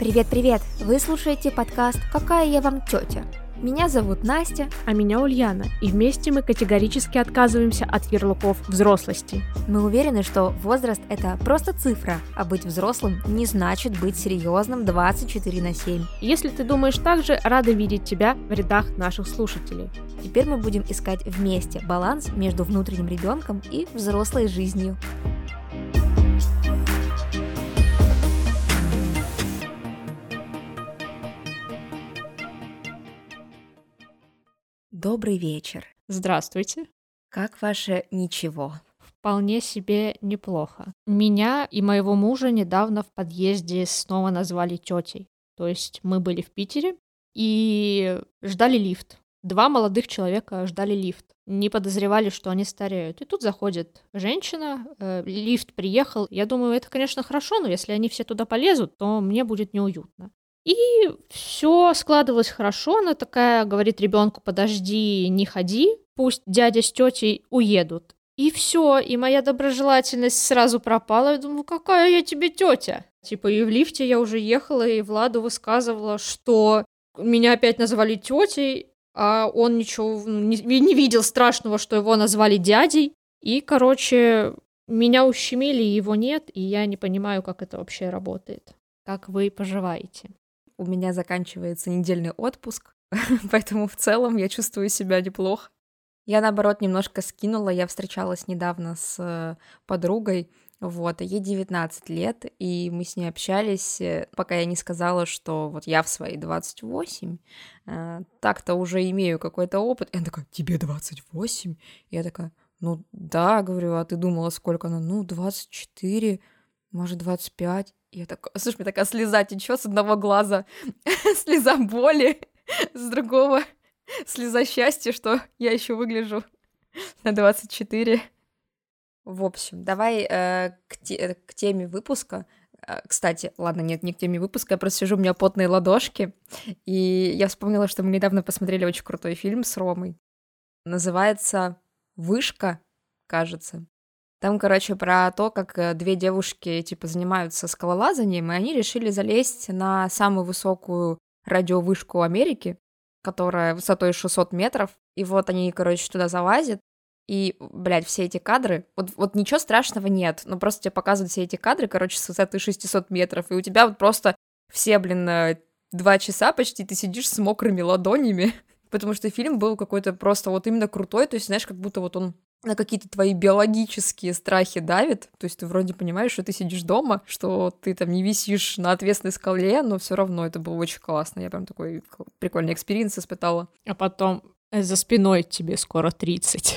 Привет-привет! Вы слушаете подкаст «Какая я вам тетя?». Меня зовут Настя. А меня Ульяна, и вместе мы категорически отказываемся от ярлыков взрослости. Мы уверены, что возраст – это просто цифра, а быть взрослым не значит быть серьезным 24/7. Если ты думаешь так же, рада видеть тебя в рядах наших слушателей. Теперь мы будем искать вместе баланс между внутренним ребенком и взрослой жизнью. Добрый вечер. Здравствуйте. Как ваше ничего? Вполне себе неплохо. Меня и моего мужа недавно в подъезде снова назвали тетей. То есть мы были в Питере и ждали лифт. 2 молодых человека ждали лифт. Не подозревали, что они стареют. И тут заходит женщина, лифт приехал. Я думаю, это, конечно, хорошо, но если они все туда полезут, то мне будет неуютно. И все складывалось хорошо. Она такая говорит ребенку: подожди, не ходи, пусть дядя с тетей уедут. И все, и моя доброжелательность сразу пропала. Я думаю, какая я тебе тетя? Типа, и в лифте я уже ехала, и Владу высказывала, что меня опять назвали тетей, а он ничего не видел страшного, что его назвали дядей. И, короче, меня ущемили, его нет, и я не понимаю, как это вообще работает. Как вы поживаете? У меня заканчивается недельный отпуск, поэтому в целом я чувствую себя неплохо. Я, наоборот, немножко скинула. Я встречалась недавно с подругой, ей 19 лет, и мы с ней общались, пока я не сказала, что вот я в свои 28 так-то уже имею какой-то опыт. И она такая: тебе 28? И я такая: ну да, говорю, а ты думала, сколько она? Ну, 24, может, 25. И я такая, слушай, мне такая слеза течет с одного глаза, слеза боли, с другого слеза счастья, что я еще выгляжу на 24. В общем, давай к теме выпуска. Кстати, ладно, нет, не к теме выпуска, я просто сижу, у меня потные ладошки, и я вспомнила, что мы недавно посмотрели очень крутой фильм с Ромой. Называется «Вышка», кажется. Там, короче, про то, как 2 девушки, типа, занимаются скалолазанием, и они решили залезть на самую высокую радиовышку Америки, которая высотой 600 метров. И вот они, короче, туда залазят. И, блядь, все эти кадры, вот ничего страшного нет, но просто тебе показывают все эти кадры, короче, с высоты 600 метров, и у тебя вот просто все, 2 часа почти ты сидишь с мокрыми ладонями, потому что фильм был какой-то просто вот именно крутой, то есть, знаешь, как будто вот он на какие-то твои биологические страхи давит, то есть ты вроде понимаешь, что ты сидишь дома, что ты там не висишь на отвесной скале, но все равно это было очень классно, я прям такой прикольный экспириенс испытала. А потом за спиной тебе скоро 30.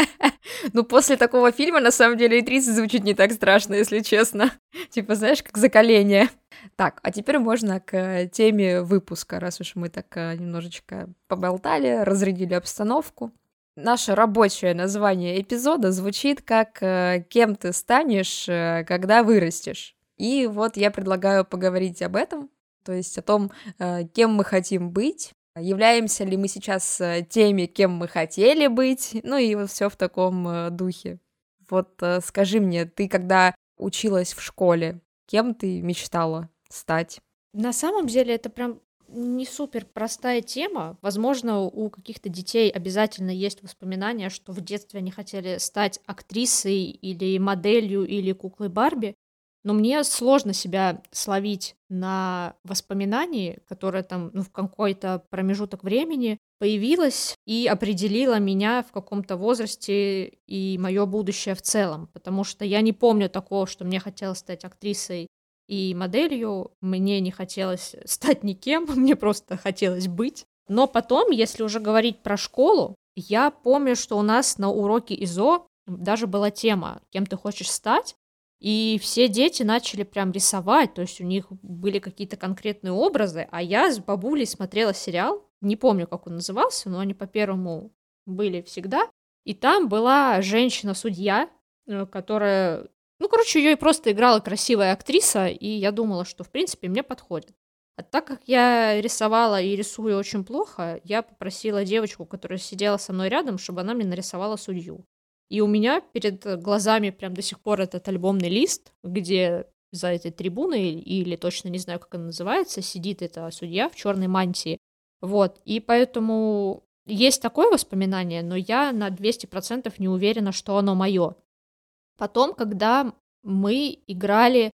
Ну, после такого фильма, на самом деле, и 30 звучит не так страшно, если честно. Типа, знаешь, как закаление. Так, а теперь можно к теме выпуска, раз уж мы так немножечко поболтали, разрядили обстановку. Наше рабочее название эпизода звучит как «Кем ты станешь, когда вырастешь?». И вот я предлагаю поговорить об этом, то есть о том, кем мы хотим быть, являемся ли мы сейчас теми, кем мы хотели быть, ну и вот все в таком духе. Вот скажи мне, ты когда училась в школе, кем ты мечтала стать? На самом деле это прям не супер простая тема. Возможно, у каких-то детей обязательно есть воспоминания, что в детстве они хотели стать актрисой или моделью или куклой Барби. Но мне сложно себя словить на воспоминании, которое там в какой-то промежуток времени появилось и определило меня в каком-то возрасте и мое будущее в целом. Потому что я не помню такого, что мне хотелось стать актрисой и моделью, мне не хотелось стать никем, мне просто хотелось быть. Но потом, если уже говорить про школу, я помню, что у нас на уроке ИЗО даже была тема «Кем ты хочешь стать?». И все дети начали прям рисовать, то есть у них были какие-то конкретные образы, а я с бабулей смотрела сериал, не помню, как он назывался, но они по первому были всегда, и там была женщина-судья, которая, ее просто играла красивая актриса, и я думала, что, в принципе, мне подходит. А так как я рисовала и рисую очень плохо, я попросила девочку, которая сидела со мной рядом, чтобы она мне нарисовала судью. И у меня перед глазами прям до сих пор этот альбомный лист, где за этой трибуной, или точно не знаю, как она называется, сидит эта судья в черной мантии. Вот, и поэтому есть такое воспоминание, но я на 200% не уверена, что оно мое. Потом, когда мы играли,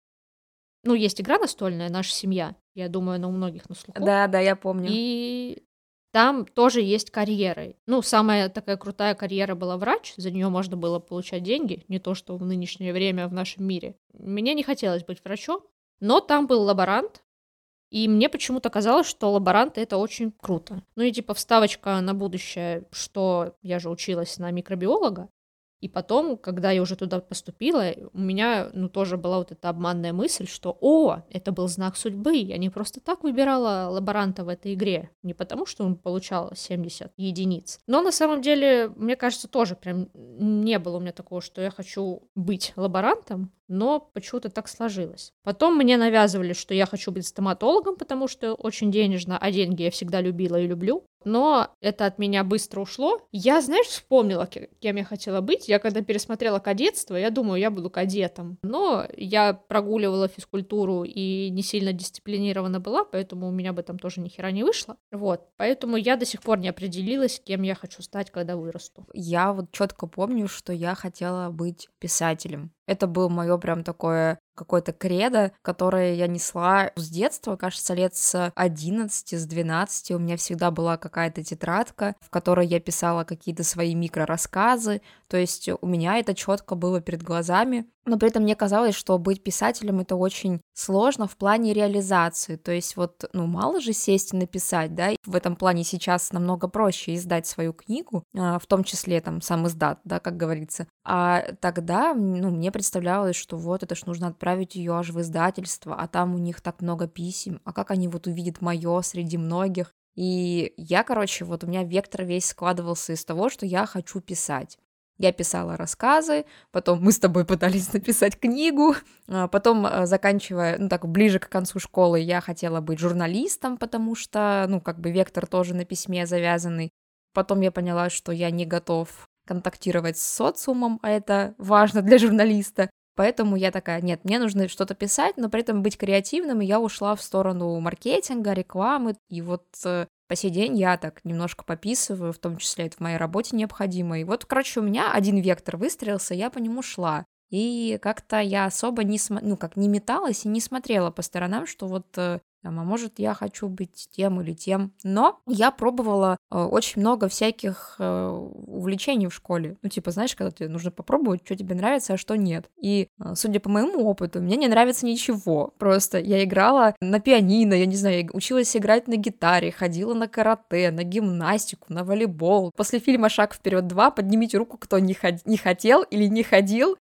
ну, есть игра настольная «Наша семья», я думаю, она у многих на слуху, Да, я помню. и там тоже есть карьеры. Ну, самая такая крутая карьера была врач, за нее можно было получать деньги, не то что в нынешнее время в нашем мире. Мне не хотелось быть врачом, но там был лаборант, и мне почему-то казалось, что лаборанты — это очень круто. Ну и типа вставочка на будущее, что я же училась на микробиолога, и потом, когда я уже туда поступила, у меня, ну, тоже была вот эта обманная мысль, что, это был знак судьбы, я не просто так выбирала лаборанта в этой игре, не потому, что он получал 70 единиц. Но на самом деле, мне кажется, тоже прям не было у меня такого, что я хочу быть лаборантом, но почему-то так сложилось. Потом мне навязывали, что я хочу быть стоматологом, потому что очень денежно, а деньги я всегда любила и люблю. Но это от меня быстро ушло. Я, знаешь, вспомнила, кем я хотела быть. Я когда пересмотрела «Кадетство», я думаю, я буду кадетом. Но я прогуливала физкультуру и не сильно дисциплинирована была, поэтому у меня бы там тоже ни хера не вышло. Вот, поэтому я до сих пор не определилась, кем я хочу стать, когда вырасту. Я вот четко помню, что я хотела быть писателем. Это было мое прям такое какое-то кредо, которое я несла с детства, кажется, лет с 11, с 12. У меня всегда была какая-то тетрадка, в которой я писала какие-то свои микрорассказы. То есть у меня это четко было перед глазами. Но при этом мне казалось, что быть писателем — это очень сложно в плане реализации. То есть вот, ну, мало же сесть и написать, да, и в этом плане сейчас намного проще издать свою книгу, в том числе там сам издат, да, как говорится. А тогда, ну, мне представлялось, что вот это ж нужно отправить ее аж в издательство, а там у них так много писем, а как они вот увидят мое среди многих? И я, короче, вот у меня вектор весь складывался из того, что я хочу писать. Я писала рассказы, потом мы с тобой пытались написать книгу, потом, заканчивая, ну так, ближе к концу школы, я хотела быть журналистом, потому что, ну, как бы вектор тоже на письме завязанный. Потом я поняла, что я не готов контактировать с социумом, а это важно для журналиста. Поэтому я такая, нет, мне нужно что-то писать, но при этом быть креативным, и я ушла в сторону маркетинга, рекламы, и вот по сей день я так немножко пописываю, в том числе это в моей работе необходимо. И вот, короче, у меня один вектор выстроился, я по нему шла. И как-то я особо не металась и не смотрела по сторонам, что вот там, а может, я хочу быть тем или тем. Но я пробовала очень много всяких увлечений в школе. Ну, типа, знаешь, когда тебе нужно попробовать, что тебе нравится, а что нет. И, судя по моему опыту, мне не нравится ничего. Просто я играла на пианино, я не знаю, я училась играть на гитаре, ходила на карате, на гимнастику, на волейбол. После фильма «Шаг вперед 2» поднимите руку, кто не хотел или не ходил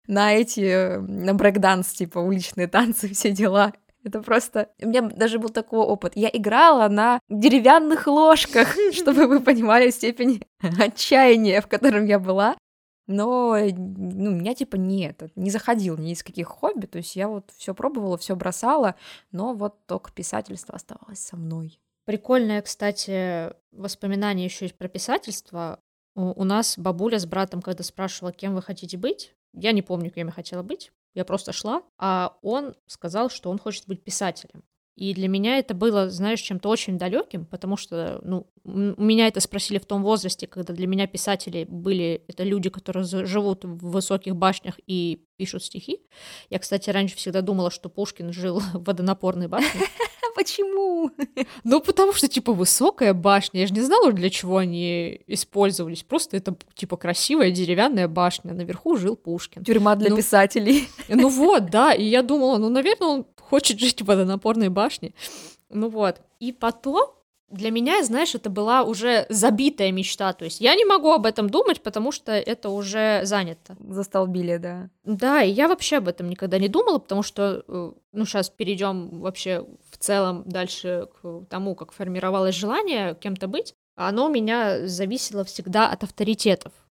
на брейк-данс, типа уличные танцы, все дела. Это просто... У меня даже был такой опыт. Я играла на деревянных ложках, чтобы вы понимали степень отчаяния, в котором я была. Но, ну, меня типа не заходил ни из каких хобби. То есть я вот все пробовала, все бросала, но вот только писательство оставалось со мной. Прикольное, кстати, воспоминание еще есть про писательство. У нас бабуля с братом, когда спрашивала, кем вы хотите быть, я не помню, кем я хотела быть. Я просто шла, а он сказал, что он хочет быть писателем. И для меня это было, знаешь, чем-то очень далеким, потому что, ну, у меня это спросили в том возрасте, когда для меня писатели были это люди, которые живут в высоких башнях и пишут стихи. Я, кстати, раньше всегда думала, что Пушкин жил в водонапорной башне. Почему? Ну, потому что, типа, высокая башня. Я же не знала, для чего они использовались. Просто это, типа, красивая деревянная башня. Наверху жил Пушкин. Тюрьма для писателей. Ну вот, да. И я думала, ну, наверное, он хочет жить в водонапорной башне. Ну вот. И потом для меня, знаешь, это была уже забитая мечта. То есть я не могу об этом думать, потому что это уже занято. Застолбили, да. Да, и я вообще об этом никогда не думала, потому что, ну, сейчас перейдем вообще в целом дальше к тому, как формировалось желание кем-то быть. Оно у меня зависело всегда от авторитетов.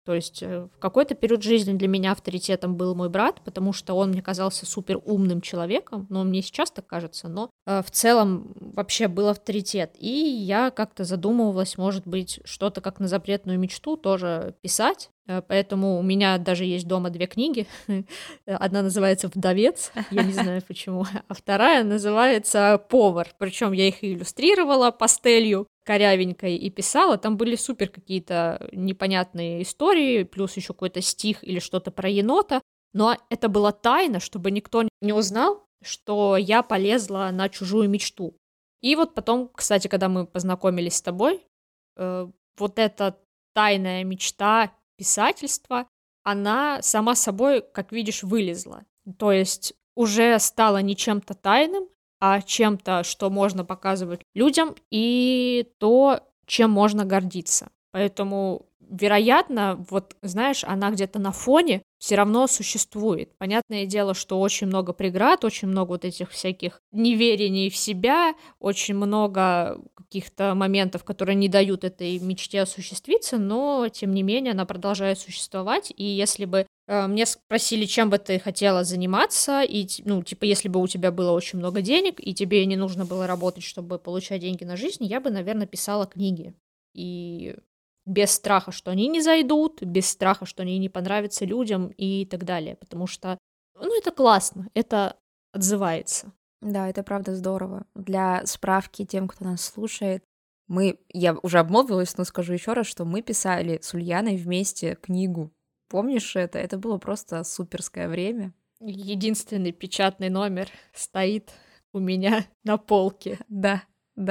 То есть в какой-то период жизни для меня авторитетом был мой брат, потому что он мне казался супер умным человеком, но мне сейчас так кажется, но в целом вообще был авторитет. И я как-то задумывалась, может быть, что-то как на запретную мечту тоже писать. Поэтому у меня даже есть дома 2 книги. Одна называется «Вдовец», я не знаю почему, а вторая называется «Повар». Причем я их и иллюстрировала пастелью корявенькой и писала. Там были супер какие-то непонятные истории, плюс еще какой-то стих или что-то про енота. Но это была тайна, чтобы никто не узнал, что я полезла на чужую мечту. И вот потом, кстати, когда мы познакомились с тобой, вот эта тайная мечта писательства, она сама собой, как видишь, вылезла. То есть уже стала не чем-то тайным, а чем-то, что можно показывать людям, и то, чем можно гордиться. Поэтому, вероятно, вот, знаешь, она где-то на фоне все равно существует. Понятное дело, что очень много преград, очень много вот этих всяких неверений в себя, очень много каких-то моментов, которые не дают этой мечте осуществиться, но, тем не менее, она продолжает существовать, и если бы мне спросили, чем бы ты хотела заниматься, и, ну, типа, если бы у тебя было очень много денег, и тебе не нужно было работать, чтобы получать деньги на жизнь, я бы, наверное, писала книги. И без страха, что они не зайдут, без страха, что они не понравятся людям и так далее. Потому что, ну, это классно, это отзывается. Да, это правда здорово. Для справки тем, кто нас слушает, я уже обмолвилась, но скажу еще раз, что мы писали с Ульяной вместе книгу. Помнишь это? Это было просто суперское время. Единственный печатный номер стоит у меня на полке. Да.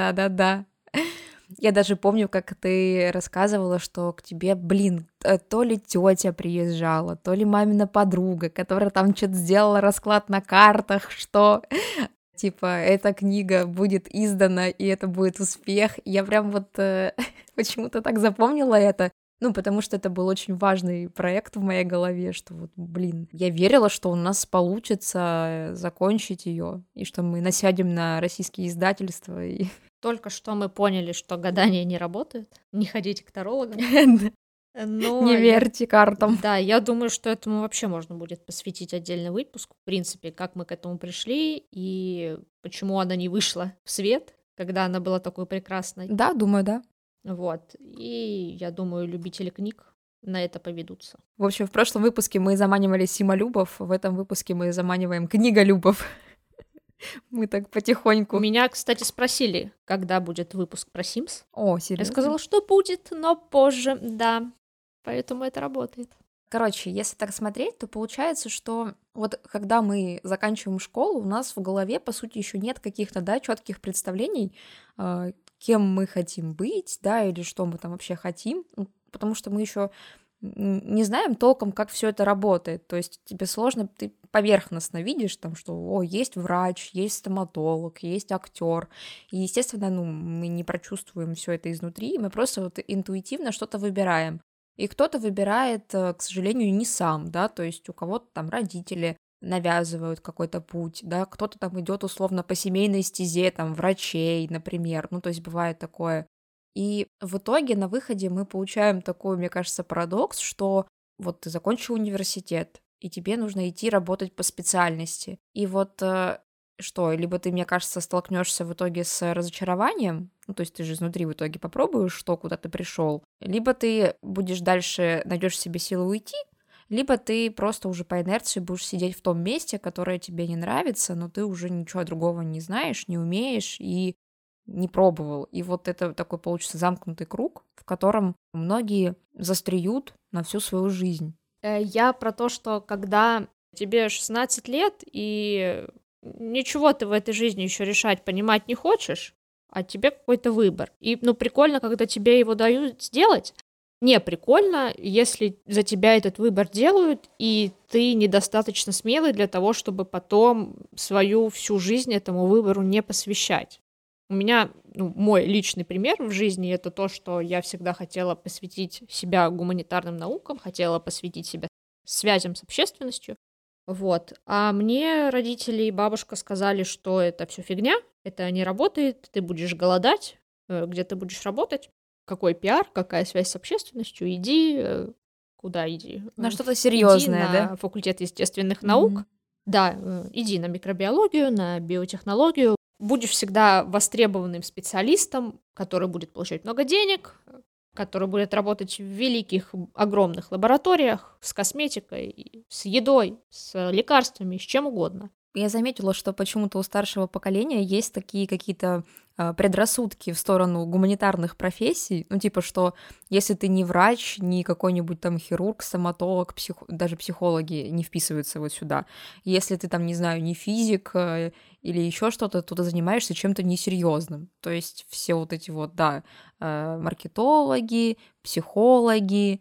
Я даже помню, как ты рассказывала, что к тебе, то ли тетя приезжала, то ли мамина подруга, которая там что-то сделала расклад на картах, что типа эта книга будет издана, и это будет успех. Я прям вот почему-то так запомнила это. Ну, потому что это был очень важный проект в моей голове, что вот, я верила, что у нас получится закончить ее, и что мы насядем на российские издательства. И... Только что мы поняли, что гадания не работают. Не ходите к тарологам. Но не верьте картам. Да, я думаю, что этому вообще можно будет посвятить отдельный выпуск. В принципе, как мы к этому пришли и почему она не вышла в свет, когда она была такой прекрасной. Да, думаю, да. Вот. И я думаю, любители книг на это поведутся. В общем, в прошлом выпуске мы заманивали симолюбов, в этом выпуске мы заманиваем книголюбов. Мы так потихоньку. Меня, кстати, спросили, когда будет выпуск про Sims. О, серьезно? Я сказала, что будет, но позже, да. Поэтому это работает. Короче, если так смотреть, то получается, что вот когда мы заканчиваем школу, у нас в голове, по сути, еще нет каких-то, да, четких представлений, кем мы хотим быть, да, или что мы там вообще хотим, потому что мы еще не знаем толком, как все это работает. То есть тебе сложно, ты поверхностно видишь, там, что есть врач, есть стоматолог, есть актер. И, естественно, мы не прочувствуем все это изнутри, мы просто вот интуитивно что-то выбираем. И кто-то выбирает, к сожалению, не сам, да, то есть у кого-то там родители навязывают какой-то путь, да, кто-то там идет условно по семейной стезе, там, врачей, например, то есть бывает такое. И в итоге на выходе мы получаем такой, мне кажется, парадокс, что вот ты закончил университет, и тебе нужно идти работать по специальности. И вот что, либо ты, мне кажется, столкнешься в итоге с разочарованием, то есть ты же изнутри в итоге попробуешь, что куда ты пришел, либо ты будешь дальше, найдешь себе силы уйти, либо ты просто уже по инерции будешь сидеть в том месте, которое тебе не нравится, но ты уже ничего другого не знаешь, не умеешь и не пробовал. И вот это такой получится замкнутый круг, в котором многие застреют на всю свою жизнь. Я про то, что когда тебе 16 лет, и ничего ты в этой жизни еще решать, понимать не хочешь, а тебе какой-то выбор. И, прикольно, когда тебе его дают сделать. Не прикольно, если за тебя этот выбор делают, и ты недостаточно смелый для того, чтобы потом свою всю жизнь этому выбору не посвящать. У меня, мой личный пример в жизни — это то, что я всегда хотела посвятить себя гуманитарным наукам, хотела посвятить себя связям с общественностью. Вот. А мне родители и бабушка сказали, что это все фигня, это не работает, ты будешь голодать, где ты будешь работать, какой пиар, какая связь с общественностью, иди куда иди? На что-то Иди серьезное, да? на факультет естественных наук, да, иди на микробиологию, на биотехнологию, будешь всегда востребованным специалистом, который будет получать много денег, который будет работать в великих, огромных лабораториях с косметикой, с едой, с лекарствами, с чем угодно. Я заметила, что почему-то у старшего поколения есть такие какие-то предрассудки в сторону гуманитарных профессий, ну типа, что если ты не врач, не какой-нибудь там хирург, стоматолог, даже психологи не вписываются вот сюда. Если ты там, не знаю, не физик или еще что-то, то ты занимаешься чем-то несерьезным. То есть все вот эти вот, да, маркетологи, психологи,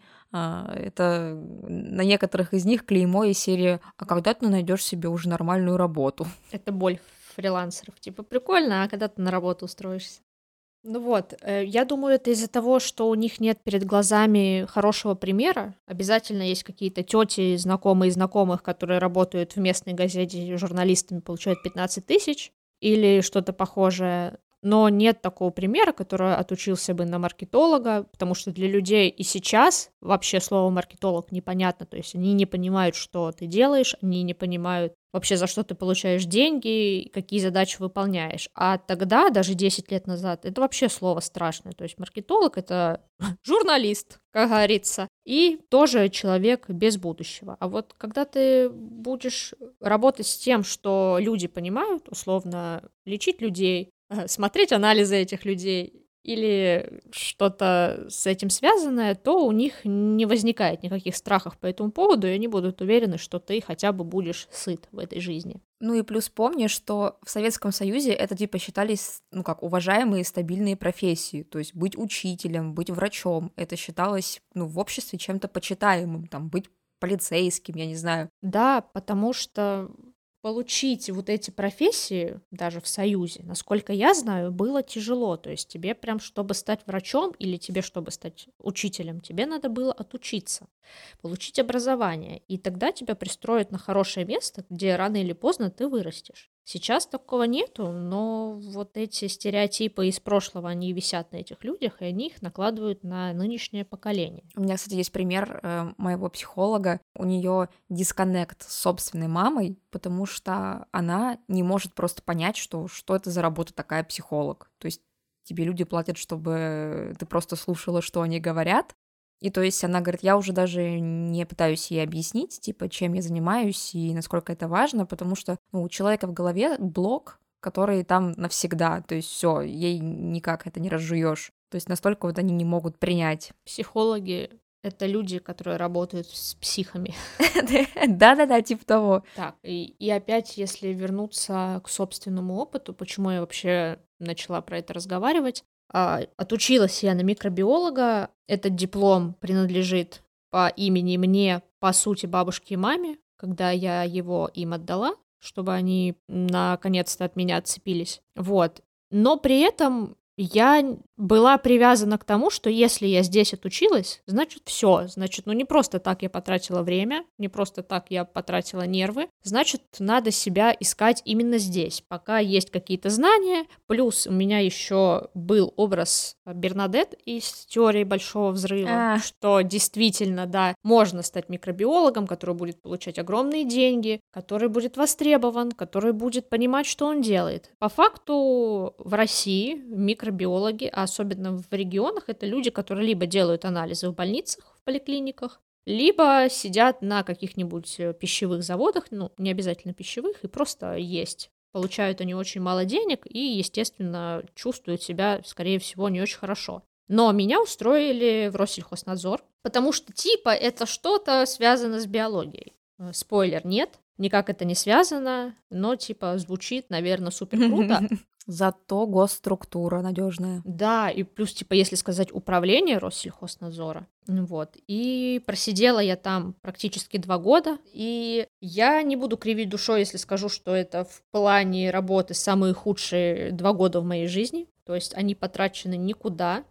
это на некоторых из них клеймо из серии «А когда ты найдешь себе уже нормальную работу?» Это боль фрилансеров. Типа, прикольно, а когда ты на работу устроишься? Ну вот, я думаю, это из-за того, что у них нет перед глазами хорошего примера. Обязательно есть какие-то тети, знакомые знакомых, которые работают в местной газете журналистами, получают 15 тысяч или что-то похожее. Но нет такого примера, который отучился бы на маркетолога, потому что для людей и сейчас вообще слово маркетолог непонятно, то есть они не понимают, что ты делаешь, они не понимают вообще, за что ты получаешь деньги, какие задачи выполняешь. А тогда, даже 10 лет назад, это вообще слово страшное, то есть маркетолог — это журналист, как говорится, и тоже человек без будущего. А вот когда ты будешь работать с тем, что люди понимают, условно, лечить людей, смотреть анализы этих людей или что-то с этим связанное, то у них не возникает никаких страхов по этому поводу, и они будут уверены, что ты хотя бы будешь сыт в этой жизни. Ну и плюс помни, что в Советском Союзе это типа считались, ну как, уважаемые стабильные профессии. То есть быть учителем, быть врачом, это считалось, ну, в обществе чем-то почитаемым, там, быть полицейским, я не знаю. Да, потому что получить вот эти профессии даже в Союзе, насколько я знаю, было тяжело. То есть тебе прям, чтобы стать врачом или тебе, чтобы стать учителем, тебе надо было отучиться, получить образование. И тогда тебя пристроят на хорошее место, где рано или поздно ты вырастешь. Сейчас такого нету, но вот эти стереотипы из прошлого, они висят на этих людях, и они их накладывают на нынешнее поколение. У меня, кстати, есть пример моего психолога. У нее дисконнект с собственной мамой, потому что она не может просто понять, что это за работа такая психолог. То есть тебе люди платят, чтобы ты просто слушала, что они говорят. И то есть она говорит, я уже даже не пытаюсь ей объяснить, типа, чем я занимаюсь и насколько это важно, потому что у человека в голове блок, который там навсегда, то есть все, ей никак это не разжуешь. То есть настолько вот они не могут принять. Психологи — это люди, которые работают с психами. Да-да-да, типа того. Так, и опять, если вернуться к собственному опыту, почему я вообще начала про это разговаривать, отучилась я на микробиолога. Этот диплом принадлежит по имени мне, по сути, бабушке и маме, когда я его им отдала, чтобы они наконец-то от меня отцепились. Вот. Но при этом я была привязана к тому, что если я здесь отучилась, значит все, значит, ну не просто так я потратила время, не просто так я потратила нервы, значит, надо себя искать именно здесь, пока есть какие-то знания, плюс у меня еще был образ Бернадетт из теории Большого взрыва, что действительно, да, можно стать микробиологом, который будет получать огромные деньги, который будет востребован, который будет понимать, что он делает. По факту в России микробиологи, а особенно в регионах, это люди, которые либо делают анализы в больницах, в поликлиниках, либо сидят на каких-нибудь пищевых заводах, ну, не обязательно пищевых, и просто есть. Получают они очень мало денег и, естественно, чувствуют себя, скорее всего, не очень хорошо. Но меня устроили в Россельхознадзор, потому что, типа, это что-то связано с биологией. Спойлер, нет, никак это не связано, но, типа, звучит, наверное, супер круто. Зато госструктура надежная. Да, и плюс, типа, если сказать, управление Россельхознадзора, вот, и просидела я там практически 2 года, и я не буду кривить душой, если скажу, что это в плане работы самые худшие 2 года в моей жизни, то есть они потрачены никуда,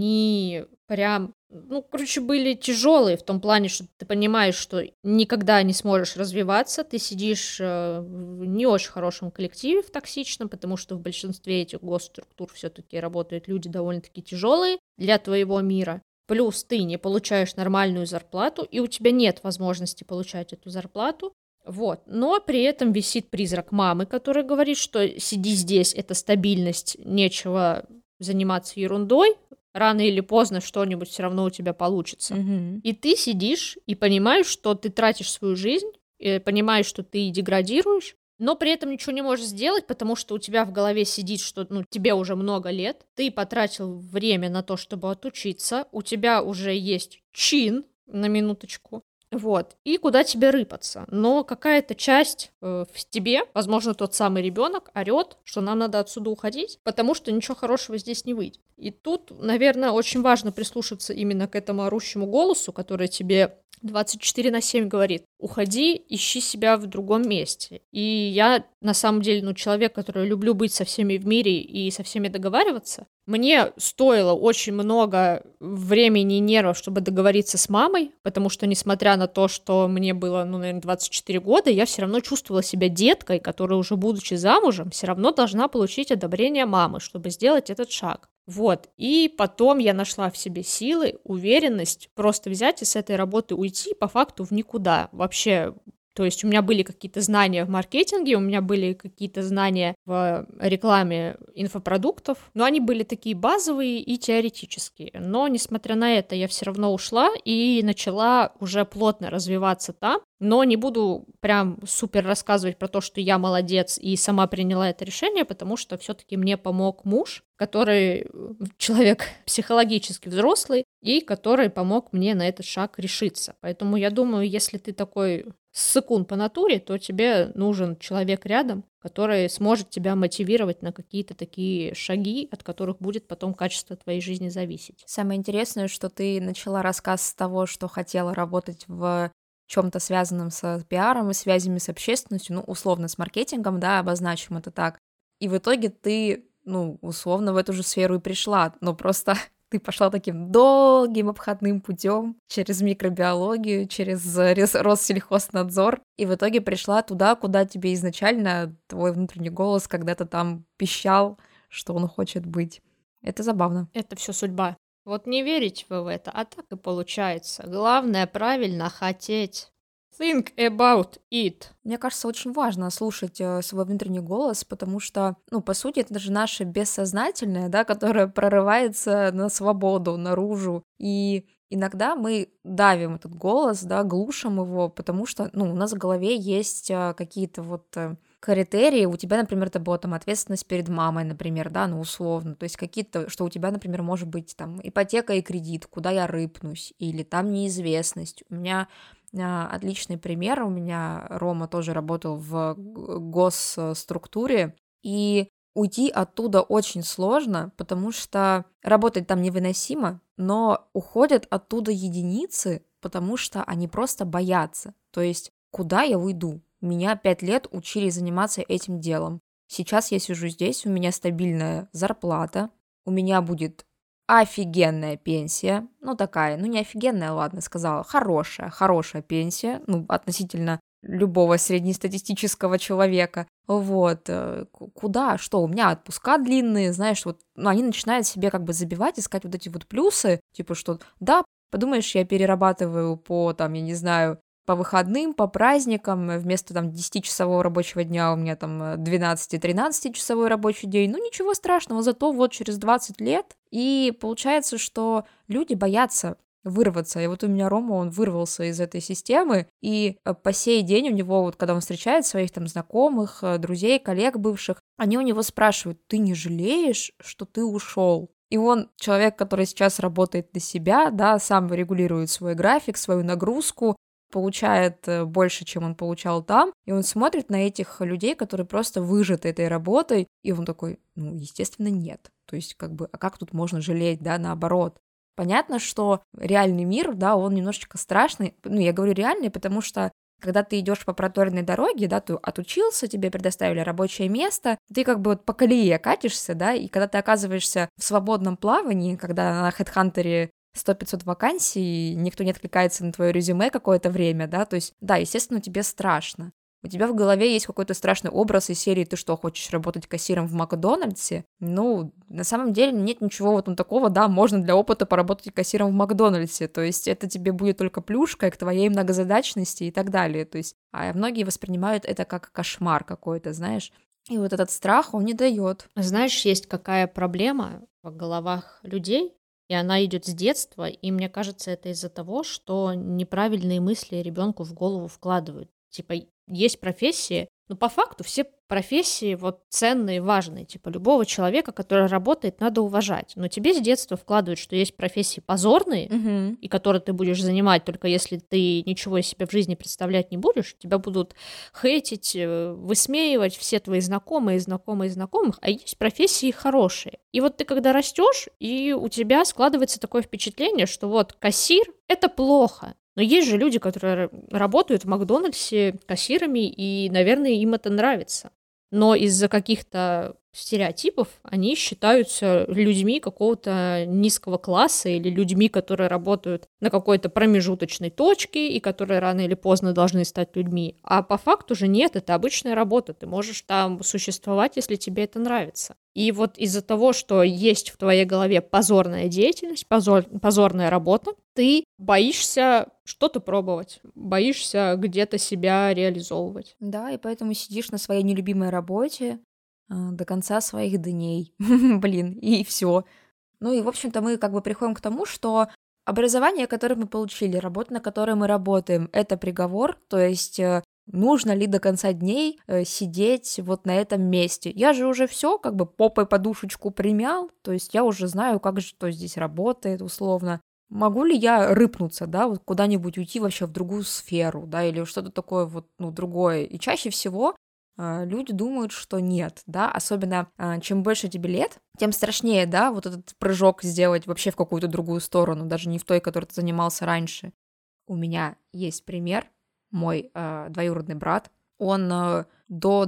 они прям, ну, короче, были тяжелые в том плане, что ты понимаешь, что никогда не сможешь развиваться, ты сидишь в не очень хорошем коллективе, в токсичном, потому что в большинстве этих госструктур все-таки работают люди довольно-таки тяжелые для твоего мира. плюс ты не получаешь нормальную зарплату, и у тебя нет возможности получать эту зарплату. Вот. Но при этом висит призрак мамы, который говорит, что сиди здесь, это стабильность, нечего заниматься ерундой, рано или поздно что-нибудь все равно у тебя получится. И ты сидишь и понимаешь, что ты тратишь свою жизнь, и понимаешь, что ты деградируешь, но при этом ничего не можешь сделать, потому что у тебя в голове сидит, что тебе уже много лет, ты потратил время на то, чтобы отучиться, у тебя уже есть чин, на минуточку, вот, и куда тебе рыпаться. Но какая-то часть в тебе, возможно, тот самый ребенок орет, что нам надо отсюда уходить, потому что ничего хорошего здесь не выйдет. И тут, наверное, очень важно прислушаться именно к этому орущему голосу, который тебе 24/7 говорит: уходи, ищи себя в другом месте. И я, на самом деле, человек, который люблю быть со всеми в мире и со всеми договариваться. Мне стоило очень много времени и нервов, чтобы договориться с мамой, потому что, несмотря на то, что мне было, наверное, 24 года, я все равно чувствовала себя деткой, которая, уже будучи замужем, все равно должна получить одобрение мамы, чтобы сделать этот шаг. Вот, и потом я нашла в себе силы, уверенность просто взять и с этой работы уйти по факту в никуда. Вообще, то есть у меня были какие-то знания в маркетинге, у меня были какие-то знания в рекламе инфопродуктов, но они были такие базовые и теоретические. Но, несмотря на это, я все равно ушла и начала уже плотно развиваться там. Но не буду прям супер рассказывать про то, что я молодец и сама приняла это решение, потому что все-таки мне помог муж, который человек психологически взрослый и который помог мне на этот шаг решиться. Поэтому я думаю, если ты такой ссыкун по натуре, то тебе нужен человек рядом, который сможет тебя мотивировать на какие-то такие шаги, от которых будет потом качество твоей жизни зависеть. Самое интересное, что ты начала рассказ с того, что хотела работать в чем-то связанном с пиаром и связями с общественностью, условно, с маркетингом, да, обозначим это так. И в итоге ты, условно, в эту же сферу и пришла, но просто ты пошла таким долгим обходным путем через микробиологию, через Россельхознадзор, и в итоге пришла туда, куда тебе изначально твой внутренний голос когда-то там пищал, что он хочет быть. Это забавно. Это все судьба. Вот не верить вы в это, а так и получается. Главное правильно хотеть. Think about it. Мне кажется, очень важно слушать свой внутренний голос, потому что, по сути, это же наше бессознательное, да, которое прорывается на свободу, наружу. И иногда мы давим этот голос, да, глушим его, потому что, у нас в голове есть какие-то критерии. У тебя, например, это была там ответственность перед мамой, например, да, условно. То есть какие-то, что у тебя, например, может быть там ипотека и кредит, куда я рыпнусь, или там неизвестность. У меня отличный пример. У меня Рома тоже работал в госструктуре, и уйти оттуда очень сложно, потому что работать там невыносимо, но уходят оттуда единицы, потому что они просто боятся. То есть куда я уйду? Меня 5 лет учили заниматься этим делом. Сейчас я сижу здесь, у меня стабильная зарплата, у меня будет офигенная пенсия, такая, не офигенная, ладно, сказала, хорошая пенсия, относительно любого среднестатистического человека, куда, что, у меня отпуска длинные, знаешь, они начинают себе забивать, искать эти плюсы, типа, что, да, подумаешь, я перерабатываю по, я не знаю, по выходным, по праздникам, вместо 10-часового рабочего дня у меня 12-13-часовой рабочий день, ничего страшного, зато через 20 лет, и получается, что люди боятся вырваться, и у меня Рома, он вырвался из этой системы, и по сей день у него, когда он встречает своих знакомых, друзей, коллег бывших, они у него спрашивают: ты не жалеешь, что ты ушел? И он, человек, который сейчас работает на себя, да, сам регулирует свой график, свою нагрузку, получает больше, чем он получал там, и он смотрит на этих людей, которые просто выжаты этой работой, и он такой, естественно, нет. То есть, а как тут можно жалеть, да, наоборот. Понятно, что реальный мир, да, он немножечко страшный, я говорю реальный, потому что когда ты идешь по проторенной дороге, да, ты отучился, тебе предоставили рабочее место, ты по колее катишься, да, и когда ты оказываешься в свободном плавании, когда на HeadHunter 100-500 вакансий, никто не откликается на твое резюме какое-то время, да, то есть, да, естественно, тебе страшно. у тебя в голове есть какой-то страшный образ из серии «Ты что, хочешь работать кассиром в Макдональдсе?» Ну, на самом деле нет ничего в этом такого, да, можно для опыта поработать кассиром в Макдональдсе, то есть это тебе будет только плюшка к твоей многозадачности и так далее, то есть, а многие воспринимают это как кошмар какой-то, знаешь, и вот этот страх, он не дает. Знаешь, есть какая проблема в головах людей, и она идет с детства, и мне кажется, это из-за того, что неправильные мысли ребенку в голову вкладывают. Типа, есть профессии, но по факту все профессии вот ценные, важные. Типа, любого человека, который работает, надо уважать. Но тебе с детства вкладывают, что есть профессии позорные, и которые ты будешь занимать только если ты ничего из себя в жизни представлять не будешь, тебя будут хейтить, высмеивать все твои знакомые, знакомые знакомых, а есть профессии хорошие. И вот ты когда растешь, и у тебя складывается такое впечатление, что вот кассир — это плохо. Но есть же люди, которые работают в Макдональдсе кассирами, и, наверное, им это нравится. Но из-за каких-то стереотипов они считаются людьми какого-то низкого класса или людьми, которые работают на какой-то промежуточной точке и которые рано или поздно должны стать людьми. А по факту же нет, это обычная работа. Ты можешь там существовать, если тебе это нравится. И вот из-за того, что есть в твоей голове позорная деятельность, позорная работа, ты боишься что-то пробовать, боишься где-то себя реализовывать. Да, и поэтому сидишь на своей нелюбимой работе до конца своих дней. Блин, и все. Ну и, в общем-то, мы как бы приходим к тому, что образование, которое мы получили, работа, на которой мы работаем, это приговор, то есть нужно ли до конца дней сидеть вот на этом месте. Я же уже все как бы попой подушечку примял, то есть я уже знаю, как же что здесь работает условно. Могу ли я рыпнуться, да, вот куда-нибудь уйти вообще в другую сферу, да, или что-то такое вот, ну, другое. И чаще всего люди думают, что нет, да, особенно чем больше тебе лет, тем страшнее, да, вот этот прыжок сделать вообще в какую-то другую сторону, даже не в той, которой ты занимался раньше. У меня есть пример, мой двоюродный брат, он до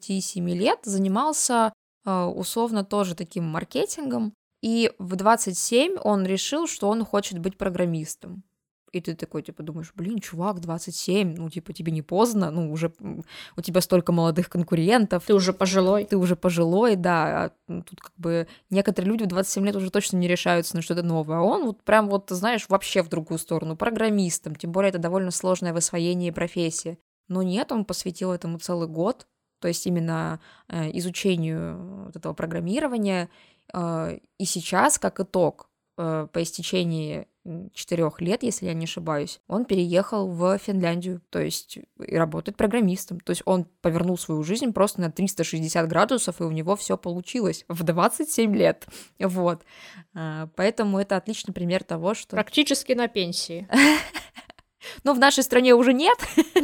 27 лет занимался условно тоже таким маркетингом, и в 27 он решил, что он хочет быть программистом. И ты такой, типа, думаешь, блин, чувак, 27, ну, типа, тебе не поздно, ну, уже у тебя столько молодых конкурентов. Ты уже пожилой. Ты уже пожилой, да. Тут как бы некоторые люди в 27 лет уже точно не решаются на что-то новое. А он вот прям вот, знаешь, вообще в другую сторону, программистом. Тем более это довольно сложное в освоении профессии. Но нет, он посвятил этому целый год, то есть именно изучению вот этого программирования. И сейчас, как итог, по истечении 4 лет, если я не ошибаюсь, он переехал в Финляндию, то есть и работает программистом. То есть он повернул свою жизнь просто на 360 градусов, и у него все получилось в 27 лет. Вот. Поэтому это отличный пример того, что... Практически на пенсии. Ну, в нашей стране уже нет,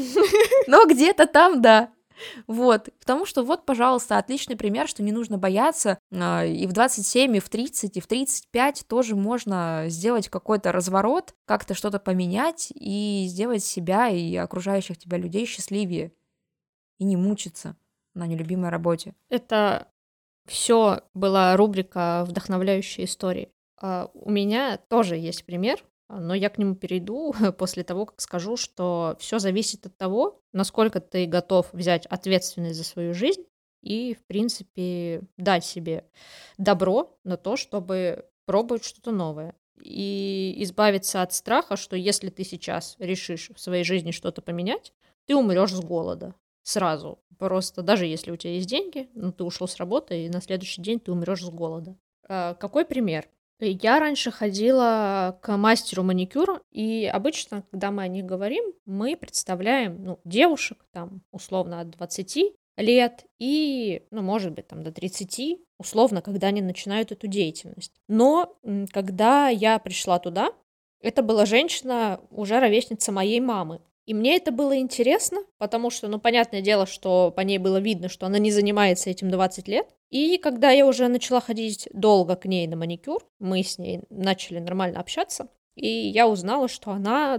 но где-то там, да. Вот, потому что вот, пожалуйста, отличный пример, что не нужно бояться, и в 27, и в 30, и в 35 тоже можно сделать какой-то разворот, как-то что-то поменять и сделать себя и окружающих тебя людей счастливее, и не мучиться на нелюбимой работе. Это все была рубрика «Вдохновляющие истории». У меня тоже есть пример, но я к нему перейду после того, как скажу, что все зависит от того, насколько ты готов взять ответственность за свою жизнь и, в принципе, дать себе добро на то, чтобы пробовать что-то новое. И избавиться от страха, что если ты сейчас решишь в своей жизни что-то поменять, ты умрешь с голода сразу. Просто даже если у тебя есть деньги, ну, ты ушел с работы, и на следующий день ты умрешь с голода. Какой пример? Я раньше ходила к мастеру маникюра, и обычно, когда мы о них говорим, мы представляем, ну, девушек, там, условно, от 20 лет и, ну, может быть, там, до 30, условно, когда они начинают эту деятельность. Но когда я пришла туда, это была женщина, уже ровесница моей мамы. И мне это было интересно, потому что, ну, понятное дело, что по ней было видно, что она не занимается этим 20 лет. И когда я уже начала ходить долго к ней на маникюр, мы с ней начали нормально общаться, и я узнала, что она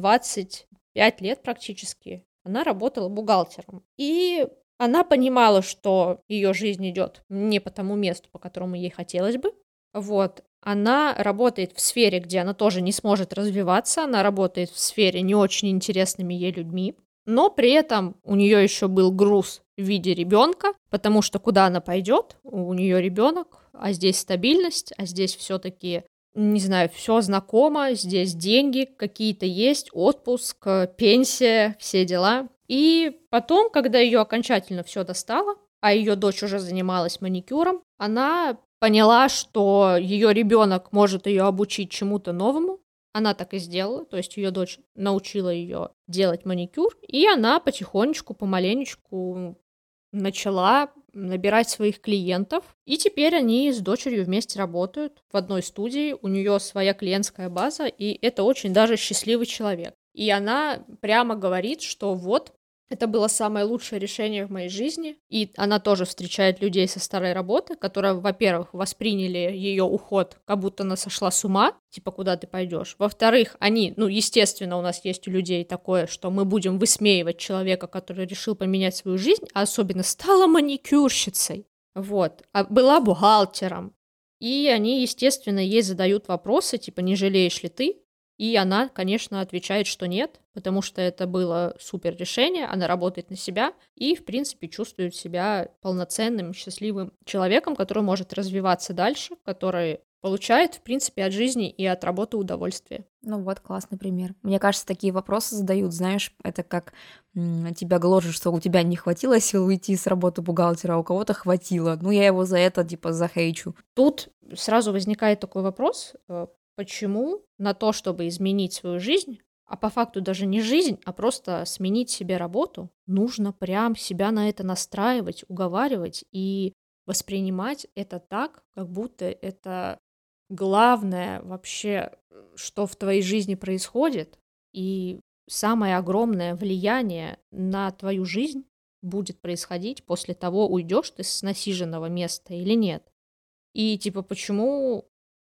25 лет практически, она работала бухгалтером. И она понимала, что ее жизнь идет не по тому месту, по которому ей хотелось бы. Вот. Она работает в сфере, где она тоже не сможет развиваться, она работает в сфере не очень интересными ей людьми. но при этом у нее еще был груз в виде ребенка, потому что куда она пойдет, у нее ребенок, а здесь стабильность, а здесь все-таки, не знаю, все знакомо, здесь деньги какие-то есть, отпуск, пенсия, все дела. И потом, когда ее окончательно все достало, а ее дочь уже занималась маникюром, она поняла, что ее ребенок может ее обучить чему-то новому. Она так и сделала, то есть ее дочь научила ее делать маникюр, и она потихонечку, помаленечку начала набирать своих клиентов. И теперь они с дочерью вместе работают в одной студии, у нее своя клиентская база, и это очень даже счастливый человек. И она прямо говорит, что вот, это было самое лучшее решение в моей жизни. И она тоже встречает людей со старой работы, которые, во-первых, восприняли ее уход, как будто она сошла с ума, типа, куда ты пойдешь. Во-вторых, они, естественно, у нас есть у людей такое, что мы будем высмеивать человека, который решил поменять свою жизнь, а особенно стала маникюрщицей, вот, а была бухгалтером. И они, естественно, ей задают вопросы, типа, не жалеешь ли ты? И она, конечно, отвечает, что нет, потому что это было супер решение, она работает на себя и, в принципе, чувствует себя полноценным, счастливым человеком, который может развиваться дальше, который получает, в принципе, от жизни и от работы удовольствие. Ну вот, классный пример. Мне кажется, такие вопросы задают, знаешь, это как тебя гложет, что у тебя не хватило сил уйти с работы бухгалтера, а у кого-то хватило. Ну, я его за это, типа, захейчу. Тут сразу возникает такой вопрос, почему на то, чтобы изменить свою жизнь, а по факту даже не жизнь, а просто сменить себе работу, нужно прям себя на это настраивать, уговаривать и воспринимать это так, как будто это главное вообще, что в твоей жизни происходит, и самое огромное влияние на твою жизнь будет происходить после того, уйдешь ты с насиженного места или нет. И типа почему,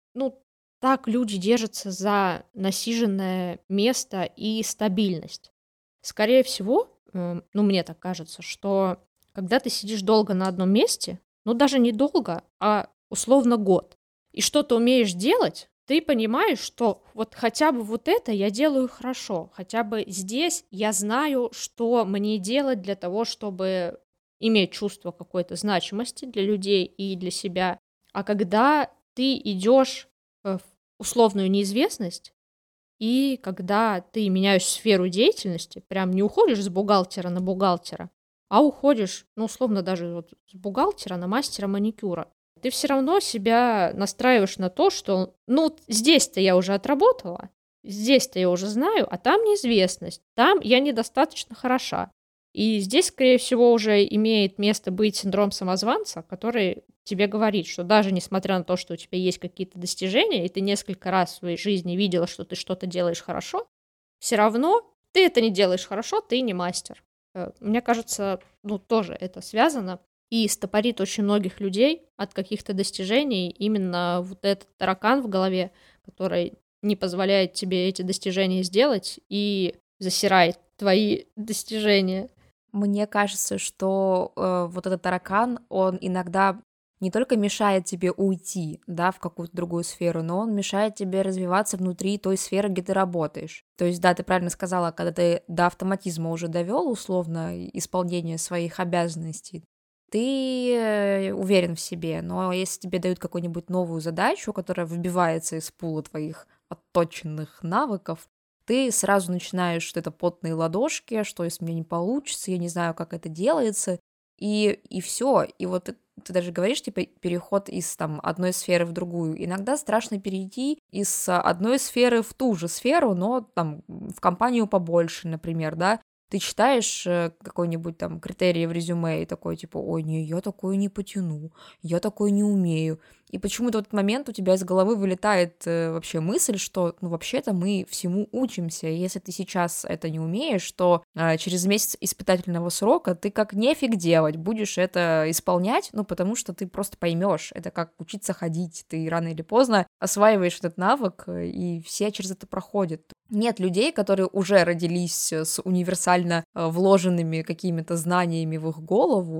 так люди держатся за насиженное место и стабильность. Скорее всего, мне так кажется, что когда ты сидишь долго на одном месте, даже не долго, а условно год, и что-то умеешь делать, ты понимаешь, что вот хотя бы вот это я делаю хорошо, хотя бы здесь я знаю, что мне делать для того, чтобы иметь чувство какой-то значимости для людей и для себя. А когда ты идешь в условную неизвестность, и когда ты меняешь сферу деятельности, прям не уходишь с бухгалтера на бухгалтера, а уходишь, условно, даже вот с бухгалтера на мастера маникюра, ты все равно себя настраиваешь на то, что, здесь-то я уже отработала, здесь-то я уже знаю, а там неизвестность, там я недостаточно хороша. И здесь, скорее всего, уже имеет место быть синдром самозванца, который тебе говорит, что даже несмотря на то, что у тебя есть какие-то достижения, и ты несколько раз в своей жизни видела, что ты что-то делаешь хорошо, все равно ты это не делаешь хорошо, ты не мастер. Мне кажется, тоже это связано и стопорит очень многих людей от каких-то достижений именно вот этот таракан в голове, который не позволяет тебе эти достижения сделать и засирает твои достижения. Мне кажется, что вот этот таракан, он иногда не только мешает тебе уйти, да, в какую-то другую сферу, но он мешает тебе развиваться внутри той сферы, где ты работаешь. То есть, да, ты правильно сказала, когда ты до автоматизма уже довел условно исполнение своих обязанностей, ты уверен в себе, но если тебе дают какую-нибудь новую задачу, которая выбивается из пула твоих отточенных навыков, ты сразу начинаешь, что это потные ладошки, что если мне не получится, я не знаю, как это делается, и все. И вот ты даже говоришь, типа, переход из там одной сферы в другую. Иногда страшно перейти из одной сферы в ту же сферу, но там в компанию побольше, например, да. Ты читаешь какой-нибудь там критерий в резюме и такой, типа, ой, не, я такое не потяну, я такое не умею. И почему-то в этот момент у тебя из головы вылетает вообще мысль, что, вообще-то мы всему учимся, и если ты сейчас это не умеешь, то через месяц испытательного срока ты как нефиг делать, будешь это исполнять, потому что ты просто поймешь, это как учиться ходить, ты рано или поздно осваиваешь этот навык, и все через это проходят. Нет людей, которые уже родились с универсально вложенными какими-то знаниями в их голову,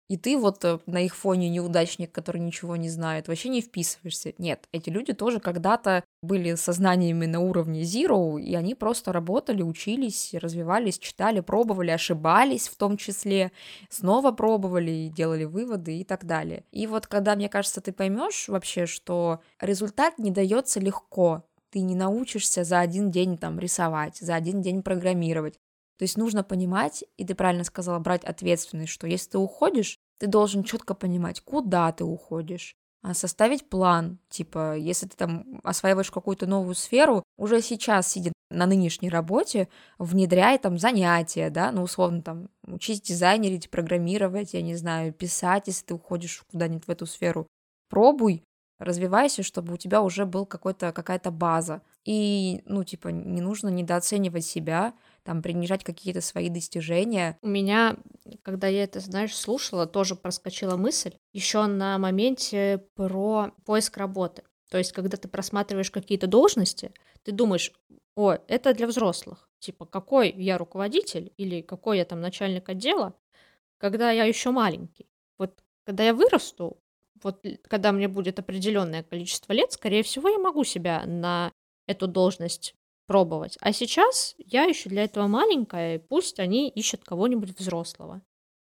и ты вот на их фоне неудачник, который ничего не знает, вообще не вписываешься. Нет, эти люди тоже когда-то были сознаниями на уровне zero, и они просто работали, учились, развивались, читали, пробовали, ошибались в том числе, снова пробовали, делали выводы и так далее. И вот когда, мне кажется, ты поймешь вообще, что результат не дается легко, ты не научишься за один день там рисовать, за один день программировать. То есть нужно понимать, и ты правильно сказала, брать ответственность, что если ты уходишь, ты должен четко понимать, куда ты уходишь, составить план, типа, если ты там осваиваешь какую-то новую сферу, уже сейчас, сидя на нынешней работе, внедряй там занятия, да, ну, условно, там, учись дизайнерить, программировать, я не знаю, писать, если ты уходишь куда-нибудь в эту сферу, пробуй, развивайся, чтобы у тебя уже был какая-то база. И, ну, типа, не нужно недооценивать себя, там, принижать какие-то свои достижения. У меня, когда я это, знаешь, слушала, тоже проскочила мысль еще на моменте про поиск работы. То есть, когда ты просматриваешь какие-то должности, ты думаешь, о, это для взрослых. Типа, какой я руководитель или какой я там начальник отдела, когда я еще маленький. Вот когда я вырасту, вот когда мне будет определенное количество лет, скорее всего, я могу себя на эту должность пробовать. А сейчас я еще для этого маленькая, и пусть они ищут кого-нибудь взрослого.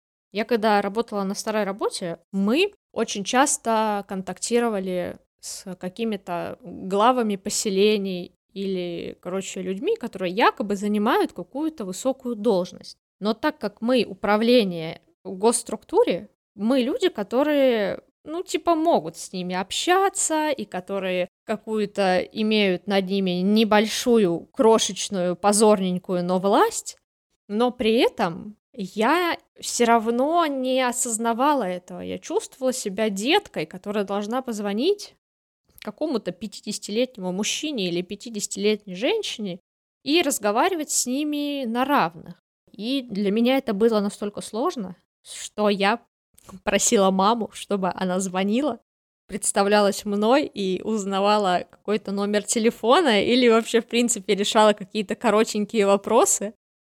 Я когда работала на старой работе, мы очень часто контактировали с какими-то главами поселений или, короче, людьми, которые якобы занимают какую-то высокую должность. Но так как мы управление в госструктуре, мы люди, которые, ну, типа, могут с ними общаться и которые какую-то имеют над ними небольшую, крошечную, позорненькую, но власть, но при этом я все равно не осознавала этого. Я чувствовала себя деткой, которая должна позвонить какому-то 50-летнему мужчине или 50-летней женщине и разговаривать с ними на равных. И для меня это было настолько сложно, что я просила маму, чтобы она звонила, представлялась мной и узнавала какой-то номер телефона или вообще, в принципе, решала какие-то коротенькие вопросы.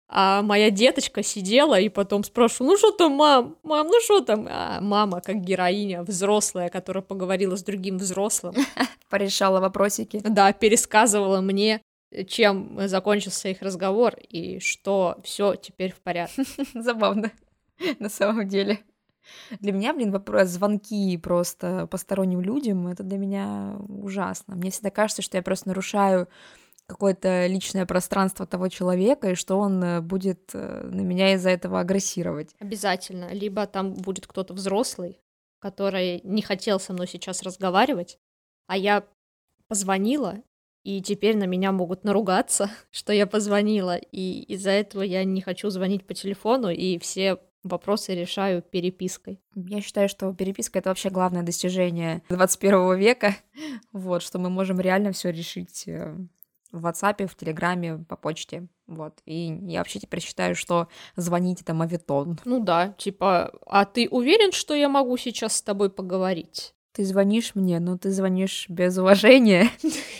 А моя деточка сидела и потом спрашивала, ну что там, мам, ну что там? А мама, как героиня, взрослая, которая поговорила с другим взрослым. Порешала вопросики. Да, пересказывала мне, чем закончился их разговор и что все теперь в порядке. Забавно, на самом деле. Для меня, вопрос звонки просто посторонним людям, это для меня ужасно. Мне всегда кажется, что я просто нарушаю какое-то личное пространство того человека, и что он будет на меня из-за этого агрессировать. Обязательно. Либо там будет кто-то взрослый, который не хотел со мной сейчас разговаривать, а я позвонила, и теперь на меня могут наругаться, что я позвонила, и из-за этого я не хочу звонить по телефону, и все вопросы решаю перепиской. Я считаю, что переписка — это вообще главное достижение 21 века, вот, что мы можем реально все решить в WhatsApp, в Телеграме, по почте, вот. И я вообще теперь считаю, что звонить — это моветон. Ну да, типа, а ты уверен, что я могу сейчас с тобой поговорить? Ты звонишь мне, но ты звонишь без уважения.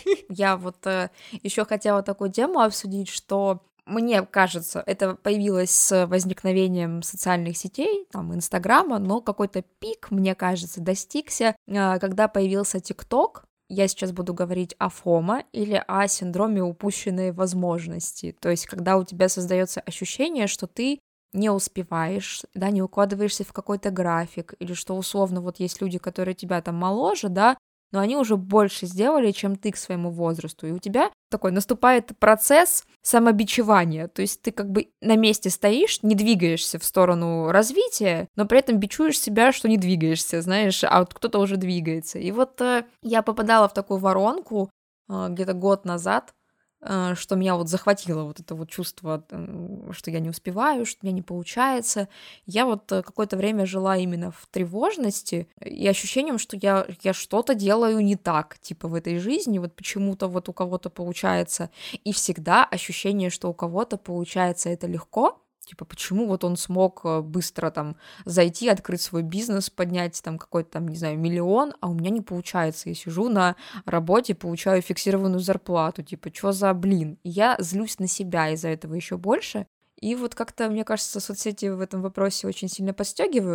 Я вот еще хотела такую тему обсудить, что мне кажется, это появилось с возникновением социальных сетей, там, Инстаграма, но какой-то пик, мне кажется, достигся, когда появился ТикТок. Я сейчас буду говорить о ФОМО или о синдроме упущенной возможности. То есть, когда у тебя создается ощущение, что ты не успеваешь, да, не укладываешься в какой-то график, или что условно вот есть люди, которые тебя там моложе, да, но они уже больше сделали, чем ты к своему возрасту, и у тебя такой наступает процесс самобичевания, то есть ты как бы на месте стоишь, не двигаешься в сторону развития, но при этом бичуешь себя, что не двигаешься, знаешь, а вот кто-то уже двигается. И вот я попадала в такую воронку где-то год назад, что меня вот захватило вот это вот чувство, что я не успеваю, что у меня не получается. Я вот какое-то время жила именно в тревожности и ощущением, что я что-то делаю не так, типа в этой жизни, вот почему-то вот у кого-то получается, и всегда ощущение, что у кого-то получается это легко, типа, почему вот он смог быстро там зайти, открыть свой бизнес, поднять там какой-то там, не знаю, миллион, а у меня не получается. Я сижу на работе, получаю фиксированную зарплату, типа, что за блин? И я злюсь на себя из-за этого еще больше. И вот как-то, мне кажется, соцсети в этом вопросе очень сильно подстегивают.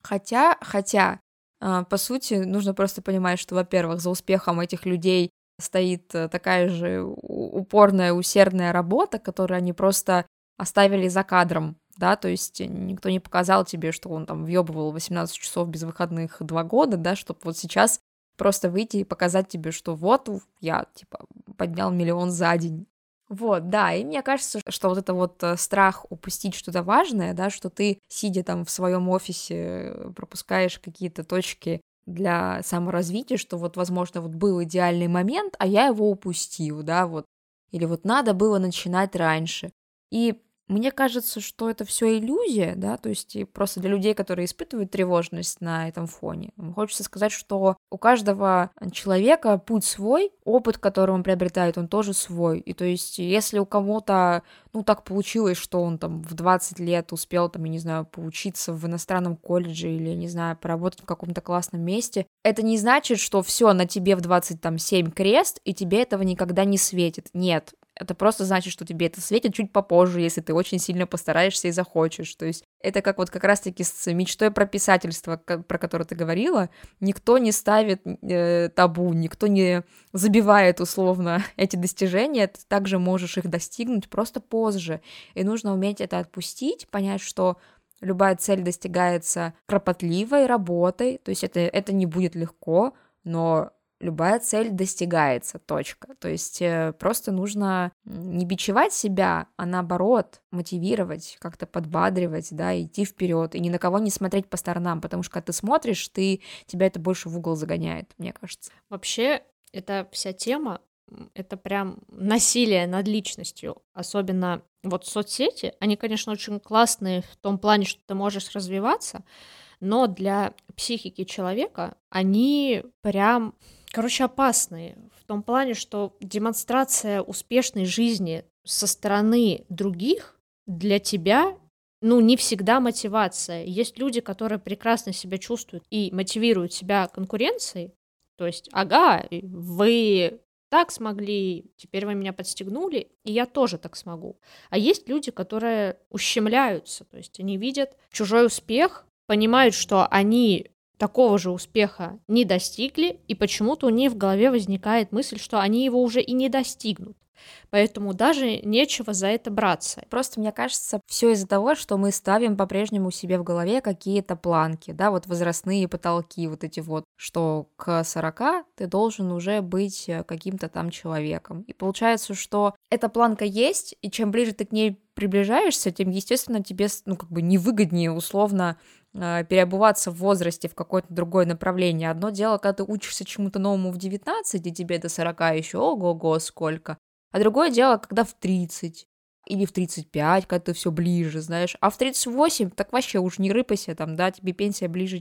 Хотя, по сути, нужно просто понимать, что, во-первых, за успехом этих людей стоит такая же упорная, усердная работа, которую они просто оставили за кадром, да, то есть никто не показал тебе, что он там въебывал 18 часов без выходных 2 года, да, чтобы вот сейчас просто выйти и показать тебе, что вот я, типа, поднял 1 000 000 за день. Вот, да, и мне кажется, что вот это вот страх упустить что-то важное, да, что ты, сидя там в своем офисе, пропускаешь какие-то точки для саморазвития, что вот, возможно, вот был идеальный момент, а я его упустил, да, вот, или вот надо было начинать раньше. И мне кажется, что это все иллюзия, да, то есть и просто для людей, которые испытывают тревожность на этом фоне, хочется сказать, что у каждого человека путь свой, опыт, который он приобретает, он тоже свой. И то есть если у кого-то, ну, так получилось, что он там в 20 лет успел, там, я не знаю, поучиться в иностранном колледже или, я не знаю, поработать в каком-то классном месте, это не значит, что все на тебе в 27 крест, и тебе этого никогда не светит. Нет. Это просто значит, что тебе это светит чуть попозже, если ты очень сильно постараешься и захочешь. То есть это как вот как раз-таки с мечтой про писательство, про которое ты говорила. Никто не ставит табу, никто не забивает условно эти достижения. Ты также можешь их достигнуть просто позже. И нужно уметь это отпустить, понять, что любая цель достигается кропотливой работой. То есть это не будет легко, но любая цель достигается, точка. То есть просто нужно не бичевать себя, а наоборот мотивировать, как-то подбадривать, да, идти вперед и ни на кого не смотреть по сторонам, потому что когда ты смотришь, тебя это больше в угол загоняет, мне кажется. Вообще, эта вся тема, это прям насилие над личностью, особенно вот соцсети, они, конечно, очень классные в том плане, что ты можешь развиваться, но для психики человека они прям, опасные в том плане, что демонстрация успешной жизни со стороны других для тебя, ну, не всегда мотивация. Есть люди, которые прекрасно себя чувствуют и мотивируют себя конкуренцией, то есть, ага, вы так смогли, теперь вы меня подстегнули, и я тоже так смогу. А есть люди, которые ущемляются, то есть они видят чужой успех, понимают, что они такого же успеха не достигли, и почему-то у них в голове возникает мысль, что они его уже и не достигнут. Поэтому даже нечего за это браться. Просто, мне кажется, все из-за того, что мы ставим по-прежнему себе в голове какие-то планки, да, вот возрастные потолки, вот эти вот, что к 40 ты должен уже быть каким-то там человеком. И получается, что эта планка есть, и чем ближе ты к ней приближаешься, тем, естественно, тебе, ну, как бы невыгоднее, условно, переобуваться в возрасте в какое-то другое направление. Одно дело, когда ты учишься чему-то новому в 19, и тебе до 40 еще ого-го сколько. А другое дело, когда в 30 или в 35, когда ты все ближе, знаешь. А в 38 так вообще уж не рыпайся там, да, тебе пенсия ближе,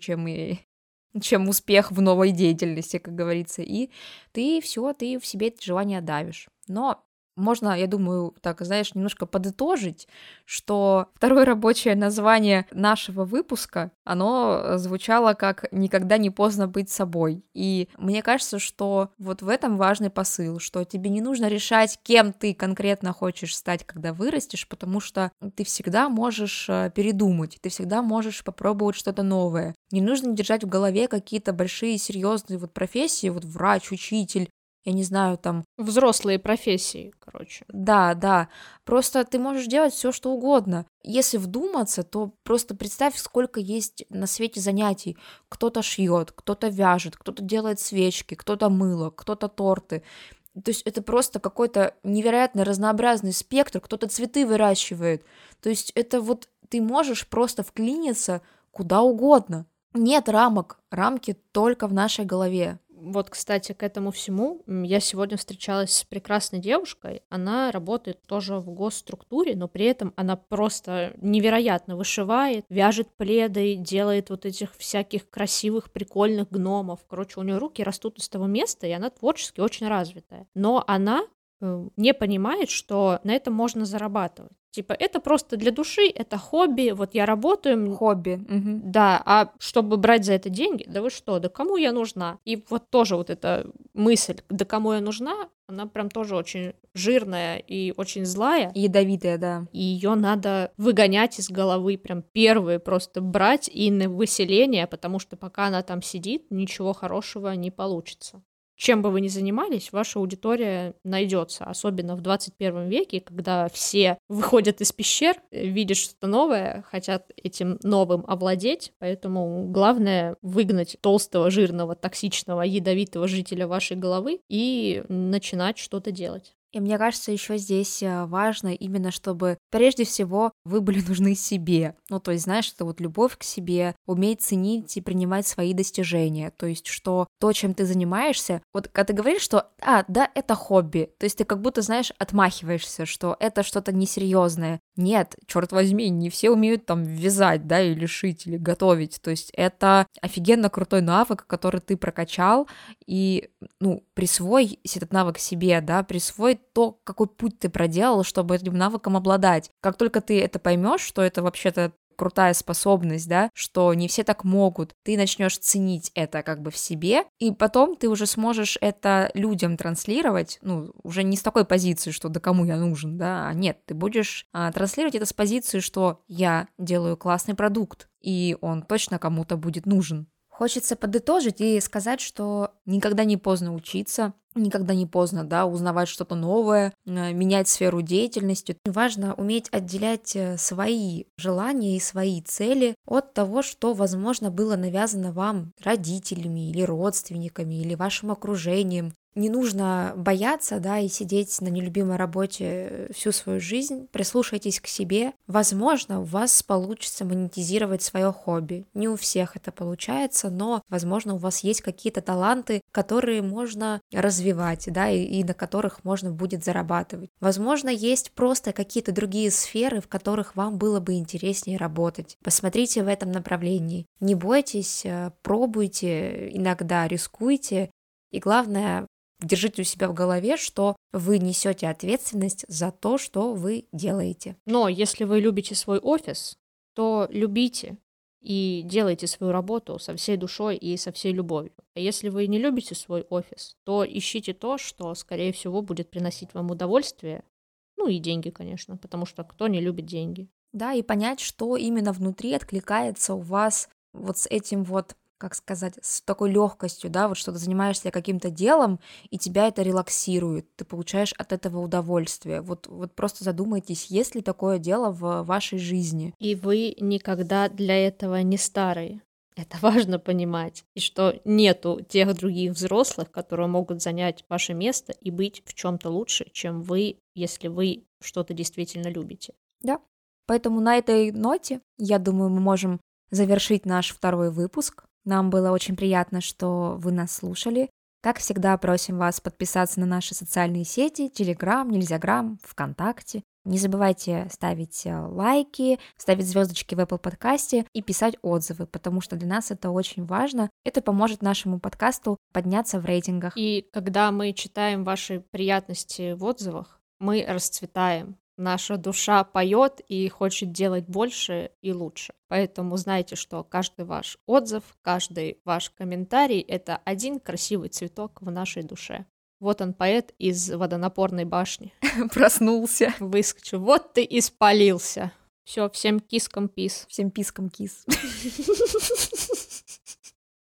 чем успех в новой деятельности, как говорится. И ты в себе это желание давишь. Но можно, я думаю, так, знаешь, немножко подытожить, что второе рабочее название нашего выпуска, оно звучало как «Никогда не поздно быть собой». И мне кажется, что вот в этом важный посыл, что тебе не нужно решать, кем ты конкретно хочешь стать, когда вырастешь, потому что ты всегда можешь передумать, ты всегда можешь попробовать что-то новое. Не нужно держать в голове какие-то большие серьезные вот профессии, вот врач, учитель, я не знаю, там... Взрослые профессии, короче. Да, просто ты можешь делать все, что угодно. Если вдуматься, то просто представь, сколько есть на свете занятий. Кто-то шьет, кто-то вяжет, кто-то делает свечки, кто-то мыло, кто-то торты. То есть это просто какой-то невероятно разнообразный спектр, кто-то цветы выращивает. То есть это вот ты можешь просто вклиниться куда угодно. Нет рамок, рамки только в нашей голове. Вот, кстати, к этому всему я сегодня встречалась с прекрасной девушкой. Она работает тоже в госструктуре, но при этом она просто невероятно вышивает, вяжет пледы, делает вот этих всяких красивых, прикольных гномов. Короче, у нее руки растут из того места, и она творчески очень развитая. Но она не понимает, что на этом можно зарабатывать. Типа, это просто для души, это хобби, вот я работаю. Хобби. Угу. Да, а чтобы брать за это деньги, да вы что, да кому я нужна? И вот тоже вот эта мысль, да кому я нужна, Она прям тоже очень жирная и очень злая. Ядовитая, да. И ее надо выгонять из головы, прям первые просто брать и на выселение, потому что пока она там сидит, ничего хорошего не получится. Чем бы вы ни занимались, ваша аудитория найдется, особенно в 21 веке, когда все выходят из пещер, видят что-то новое, хотят этим новым овладеть, поэтому главное выгнать толстого, жирного, токсичного, ядовитого жителя вашей головы и начинать что-то делать. И мне кажется, еще здесь важно именно, чтобы прежде всего вы были нужны себе. Ну, то есть, знаешь, это вот любовь к себе, уметь ценить и принимать свои достижения. То есть, что то, чем ты занимаешься, вот когда ты говоришь, что, да, это хобби, то есть ты как будто, знаешь, отмахиваешься, что это что-то несерьезное. Нет, черт возьми, не все умеют там вязать, да, или шить, или готовить. То есть это офигенно крутой навык, который ты прокачал, и, присвой этот навык себе, да, присвой то, какой путь ты проделал, чтобы этим навыком обладать. Как только ты это поймешь, что это вообще-то крутая способность, да, что не все так могут, ты начнешь ценить это как бы в себе, и потом ты уже сможешь это людям транслировать, уже не с такой позиции, что да кому я нужен, да, а нет, ты будешь транслировать это с позиции, что я делаю классный продукт, и он точно кому-то будет нужен. Хочется подытожить и сказать, что никогда не поздно учиться, никогда не поздно, да, узнавать что-то новое, менять сферу деятельности. Важно уметь отделять свои желания и свои цели от того, что, возможно, было навязано вам родителями или родственниками или вашим окружением. Не нужно бояться, да, и сидеть на нелюбимой работе всю свою жизнь. Прислушайтесь к себе. Возможно, у вас получится монетизировать свое хобби. Не у всех это получается, но, возможно, у вас есть какие-то таланты, которые можно развивать, да, и на которых можно будет зарабатывать. Возможно, есть просто какие-то другие сферы, в которых вам было бы интереснее работать. Посмотрите в этом направлении. Не бойтесь, пробуйте, иногда рискуйте. И главное, держите у себя в голове, что вы несете ответственность за то, что вы делаете. Но если вы любите свой офис, то любите и делайте свою работу со всей душой и со всей любовью. А если вы не любите свой офис, то ищите то, что, скорее всего, будет приносить вам удовольствие, и деньги, конечно, потому что кто не любит деньги. Да, и понять, что именно внутри откликается у вас вот с этим вот, как сказать, с такой легкостью, да, вот что ты занимаешься каким-то делом, и тебя это релаксирует, ты получаешь от этого удовольствие. Вот просто задумайтесь, есть ли такое дело в вашей жизни. И вы никогда для этого не старые. Это важно понимать. И что нету тех других взрослых, которые могут занять ваше место и быть в чем-то лучше, чем вы, если вы что-то действительно любите. Да. Поэтому на этой ноте, я думаю, мы можем завершить наш второй выпуск. Нам было очень приятно, что вы нас слушали. Как всегда, просим вас подписаться на наши социальные сети: Telegram, Нельзяграм, ВКонтакте. Не забывайте ставить лайки, ставить звездочки в Apple подкасте и писать отзывы, потому что для нас это очень важно. Это поможет нашему подкасту подняться в рейтингах. И когда мы читаем ваши приятности в отзывах, мы расцветаем. Наша душа поет и хочет делать больше и лучше. Поэтому знайте, что каждый ваш отзыв, каждый ваш комментарий — это один красивый цветок в нашей душе. Вот он, поэт из водонапорной башни. Проснулся. Выскочил. Вот ты и спалился. Все, всем кискам пис. Всем пискам кис.